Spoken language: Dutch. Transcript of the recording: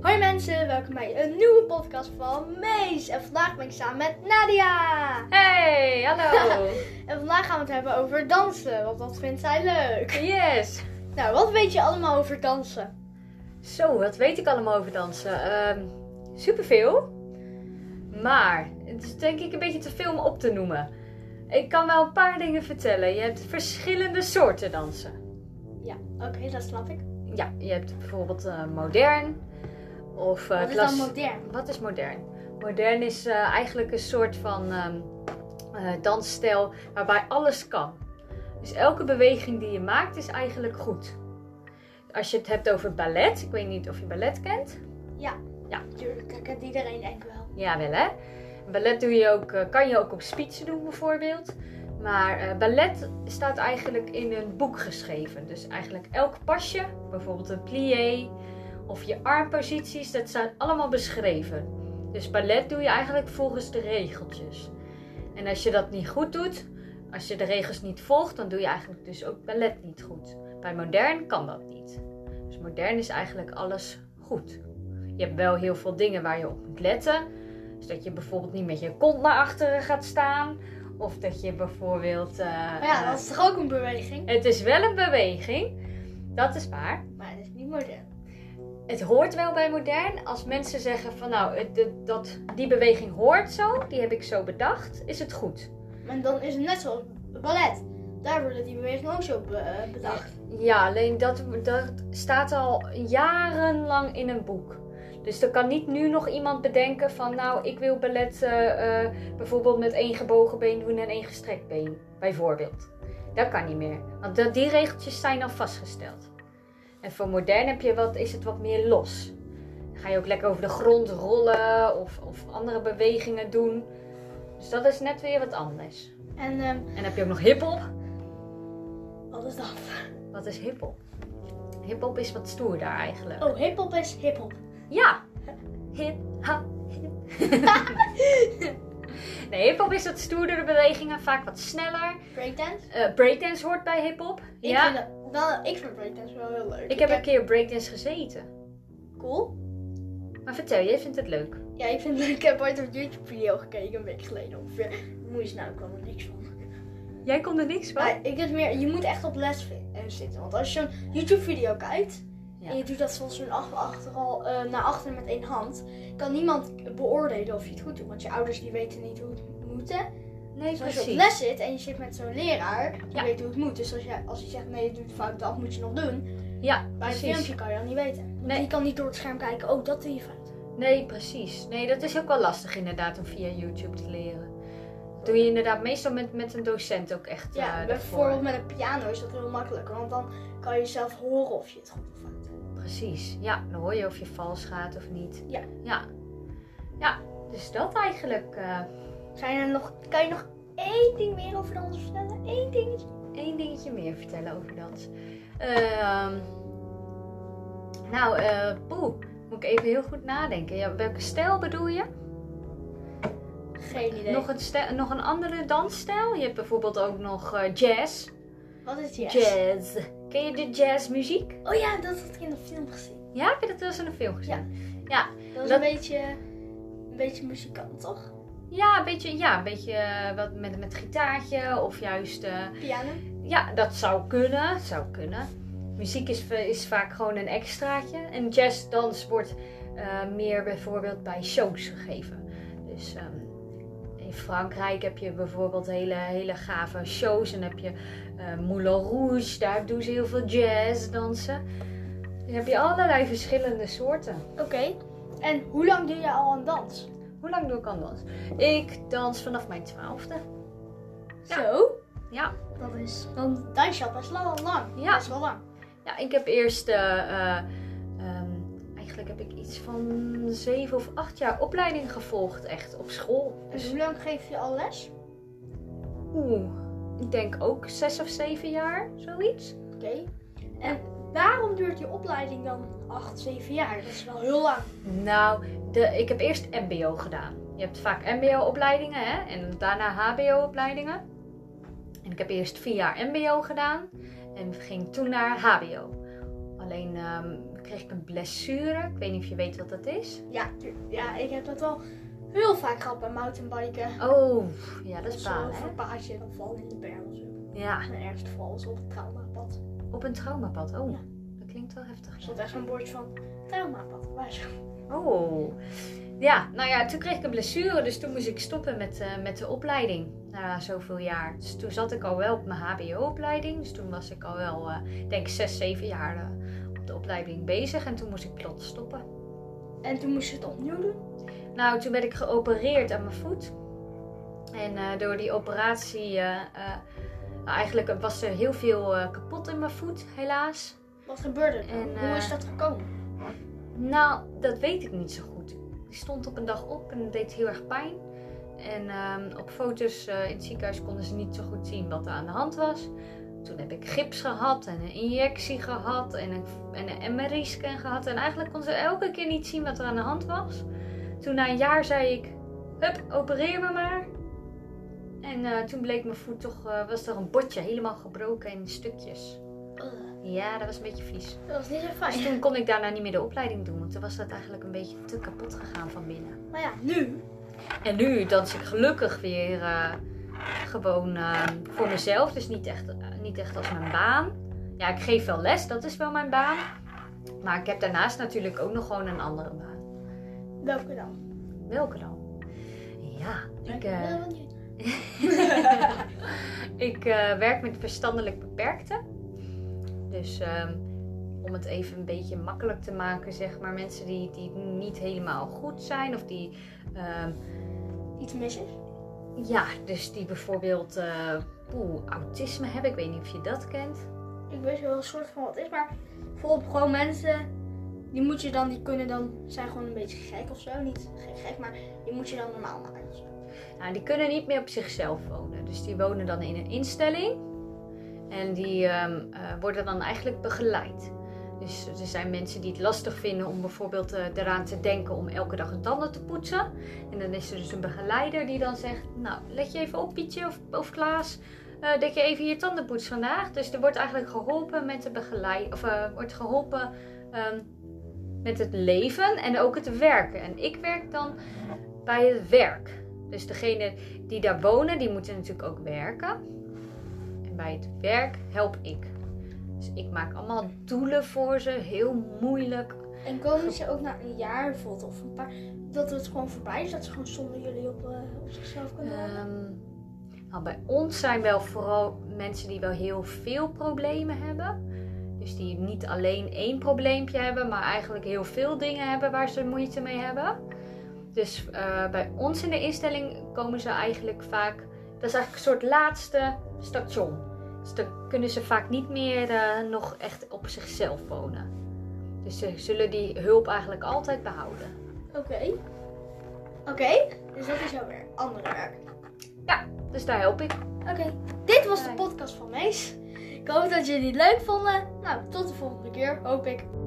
Hoi mensen, welkom bij een nieuwe podcast van Mees. En vandaag ben ik samen met Nadia. Hey, hallo. En vandaag gaan we het hebben over dansen, want dat vindt zij leuk. Yes. Nou, wat weet je allemaal over dansen? Zo, wat weet ik allemaal over dansen? Superveel. Maar het is denk ik een beetje te veel om op te noemen. Ik kan wel een paar dingen vertellen. Je hebt verschillende soorten dansen. Ja, oké, dat snap ik. Ja, je hebt bijvoorbeeld modern. Of, Wat is dan modern? Wat is modern? Modern is eigenlijk een soort van dansstijl waarbij alles kan. Dus elke beweging die je maakt is eigenlijk goed. Als je het hebt over ballet, ik weet niet of je ballet kent. Ja, natuurlijk. Dat kent iedereen denk ik wel. Ja, wel hè. Ballet doe je ook, kan je ook op spitsen doen bijvoorbeeld. Maar ballet staat eigenlijk in een boek geschreven. Dus eigenlijk elk pasje, bijvoorbeeld een plié of je armposities, dat staat allemaal beschreven. Dus ballet doe je eigenlijk volgens de regeltjes. En als je dat niet goed doet, als je de regels niet volgt, dan doe je eigenlijk dus ook ballet niet goed. Bij modern kan dat niet. Dus modern is eigenlijk alles goed. Je hebt wel heel veel dingen waar je op moet letten. Dus dat je bijvoorbeeld niet met je kont naar achteren gaat staan. Of dat je bijvoorbeeld... Ja, dat is toch ook een beweging? Het is wel een beweging. Dat is waar. Maar het is niet modern. Het hoort wel bij modern. Als mensen zeggen van nou, die beweging hoort zo. Die heb ik zo bedacht. Is het goed. Maar dan is het net zoals ballet. Daar worden die bewegingen ook zo bedacht. Ja, alleen dat staat al jarenlang in een boek. Dus er kan niet nu nog iemand bedenken van nou, ik wil ballet bijvoorbeeld met 1 gebogen been doen en 1 gestrekt been. Bijvoorbeeld. Dat kan niet meer. Want die regeltjes zijn al vastgesteld. En voor modern is het wat meer los. Dan ga je ook lekker over de grond rollen of andere bewegingen doen. Dus dat is net weer wat anders. En En dan heb je ook nog hiphop. wat is dat? Wat is hiphop? Hiphop is wat stoerder eigenlijk. Oh, hiphop is hiphop. Ja. Hip, ha, hip. Nee, hiphop is wat stoerdere bewegingen, vaak wat sneller. Breakdance? Breakdance hoort bij hiphop. Ja. Ik vind breakdance wel heel leuk. Ik heb een keer breakdance gezeten. Cool. Maar vertel, jij vindt het leuk? Ja, ik vind het leuk. Ik heb ooit een YouTube video gekeken, een week geleden ongeveer. Moet je nou, ik kwam er niks van. Jij kon er niks van? Maar ik weet meer, je moet echt op les zitten. Want als je zo'n YouTube video kijkt, en je doet dat zoals zo'n naar achteren met 1 hand, kan niemand beoordelen of je het goed doet. Want je ouders die weten niet hoe het moet. Nee, dus als precies. je op les zit en je zit met zo'n leraar, die Ja. weet hoe het moet. Dus als je zegt nee, je doet het fout, dat moet je nog doen. Ja, Bij een precies. filmpje kan je dat niet weten. Want Nee. die kan niet door het scherm kijken, oh dat doe je fout. Nee, precies. Nee, dat is ook wel lastig inderdaad om via YouTube te leren. Dat doe je inderdaad meestal met een docent ook echt Ja, daarvoor. bijvoorbeeld met een piano is dat heel makkelijker. Want dan kan je zelf horen of je het goed of fout doet. Precies. Ja, dan hoor je of je vals gaat of niet. Ja. Ja, dus dat eigenlijk. Kan je nog 1 ding meer over dans vertellen? 1 dingetje? 1 dingetje meer vertellen over dans. Moet ik even heel goed nadenken. Ja, welke stijl bedoel je? Geen idee. Nog een andere dansstijl? Je hebt bijvoorbeeld ook nog jazz. Wat is jazz? Jazz. Ken je de jazzmuziek? Oh ja, dat had ik in een film gezien. Ja, heb je dat wel eens in een film gezien? Ja. Dat is Dat- een beetje muzikant, toch? Ja, een beetje wat met gitaartje of juist... Piano? Ja, dat zou kunnen. Muziek is vaak gewoon een extraatje. En jazzdans wordt meer bijvoorbeeld bij shows gegeven. Dus in Frankrijk heb je bijvoorbeeld hele gave shows. En dan heb je Moulin Rouge, daar doen ze heel veel jazzdansen. Dan heb je allerlei verschillende soorten. Oké. En hoe lang doe je al aan dans? Hoe lang doe ik aan dans? Ik dans vanaf mijn 12e. Ja. Zo? Ja. Dat is... Dan dans je al best wel lang. Ja. Best wel lang. Ja, ik heb eerst... eigenlijk heb ik iets van 7 of 8 jaar opleiding gevolgd. Echt, op school. Dus Dus, hoe lang geef je al les? ik denk ook 6 of 7 jaar, zoiets. Oké. En waarom duurt die opleiding dan 8, 7 jaar? Dat is wel heel lang. Nou, ik heb eerst mbo gedaan. Je hebt vaak mbo-opleidingen, hè? En daarna hbo-opleidingen. En ik heb eerst 4 jaar mbo gedaan. En ging toen naar hbo. Alleen kreeg ik een blessure. Ik weet niet of je weet wat dat is. Ja, ik heb dat wel heel vaak gehad bij mountainbiken. Oh, ja, dat is balen, Of hè? een paardje, dan val in de berg of zo. Ja, Mijn ergste val was op het traumapad. op een traumapad. Oh, Ja. dat klinkt wel heftig. Er stond echt zo'n bordje van traumapad. Waar zo? Oh, ja, nou ja, toen kreeg ik een blessure, dus toen moest ik stoppen met de opleiding. Na zoveel jaar. Dus toen zat ik al wel op mijn HBO-opleiding. Dus toen was ik al wel, denk ik, 6, 7 jaar op de opleiding bezig. En toen moest ik plots stoppen. En toen moest je het opnieuw doen? Nou, toen werd ik geopereerd aan mijn voet. En door die operatie, eigenlijk was er heel veel kapot in mijn voet, helaas. Wat gebeurde er? En, Hoe is dat gekomen? Nou, dat weet ik niet zo goed. Ik stond op een dag op en het deed heel erg pijn. En op foto's in het ziekenhuis konden ze niet zo goed zien wat er aan de hand was. Toen heb ik gips gehad en een injectie gehad en een MRI-scan gehad. En eigenlijk konden ze elke keer niet zien wat er aan de hand was. Toen na een jaar zei ik, hup, opereer me maar. En toen bleek mijn voet toch, was er een botje helemaal gebroken in stukjes. Ja, dat was een beetje vies. Dat was niet zo Dus fijn. toen kon ik daarna niet meer de opleiding doen, want toen was dat eigenlijk een beetje te kapot gegaan van binnen. Maar ja, nu. En nu dans ik gelukkig weer gewoon voor mezelf, dus niet echt als mijn baan. Ja, ik geef wel les, dat is wel mijn baan. Maar ik heb daarnaast natuurlijk ook nog gewoon een andere baan. Welke dan? Welke dan? Ja, ik werk met verstandelijk beperkten. Dus om het even een beetje makkelijk te maken, zeg maar, mensen die niet helemaal goed zijn of die... Iets mis is? Ja, dus die bijvoorbeeld autisme hebben. Ik weet niet of je dat kent. Ik weet wel een soort van wat is, maar bijvoorbeeld gewoon mensen, die kunnen dan, zijn gewoon een beetje gek of zo. Niet gek, maar die moet je dan normaal maken. Nou, die kunnen niet meer op zichzelf wonen. Dus die wonen dan in een instelling. En die worden dan eigenlijk begeleid. Dus er zijn mensen die het lastig vinden om bijvoorbeeld eraan te denken om elke dag hun tanden te poetsen. En dan is er dus een begeleider die dan zegt, nou, let je even op Pietje of Klaas, dat je even je tanden poetst vandaag. Dus er wordt eigenlijk geholpen met de wordt geholpen met het leven en ook het werken. En ik werk dan bij het werk. Dus degene die daar wonen, die moeten natuurlijk ook werken. En bij het werk help ik. Dus ik maak allemaal doelen voor ze, heel moeilijk. En komen ze ook na een jaar bijvoorbeeld of een paar, dat het gewoon voorbij is, dat ze gewoon zonder jullie op zichzelf kunnen wonen? Nou, bij ons zijn wel vooral mensen die wel heel veel problemen hebben. Dus die niet alleen één probleempje hebben, maar eigenlijk heel veel dingen hebben waar ze moeite mee hebben. Dus bij ons in de instelling komen ze eigenlijk vaak, dat is eigenlijk een soort laatste station. Dus dan kunnen ze vaak niet meer nog echt op zichzelf wonen. Dus ze zullen die hulp eigenlijk altijd behouden. Oké, dus dat is jouw andere werk. Ja, dus daar help ik. Oké, dit was de podcast van Mees. Ik hoop dat jullie het leuk vonden. Nou, tot de volgende keer, hoop ik.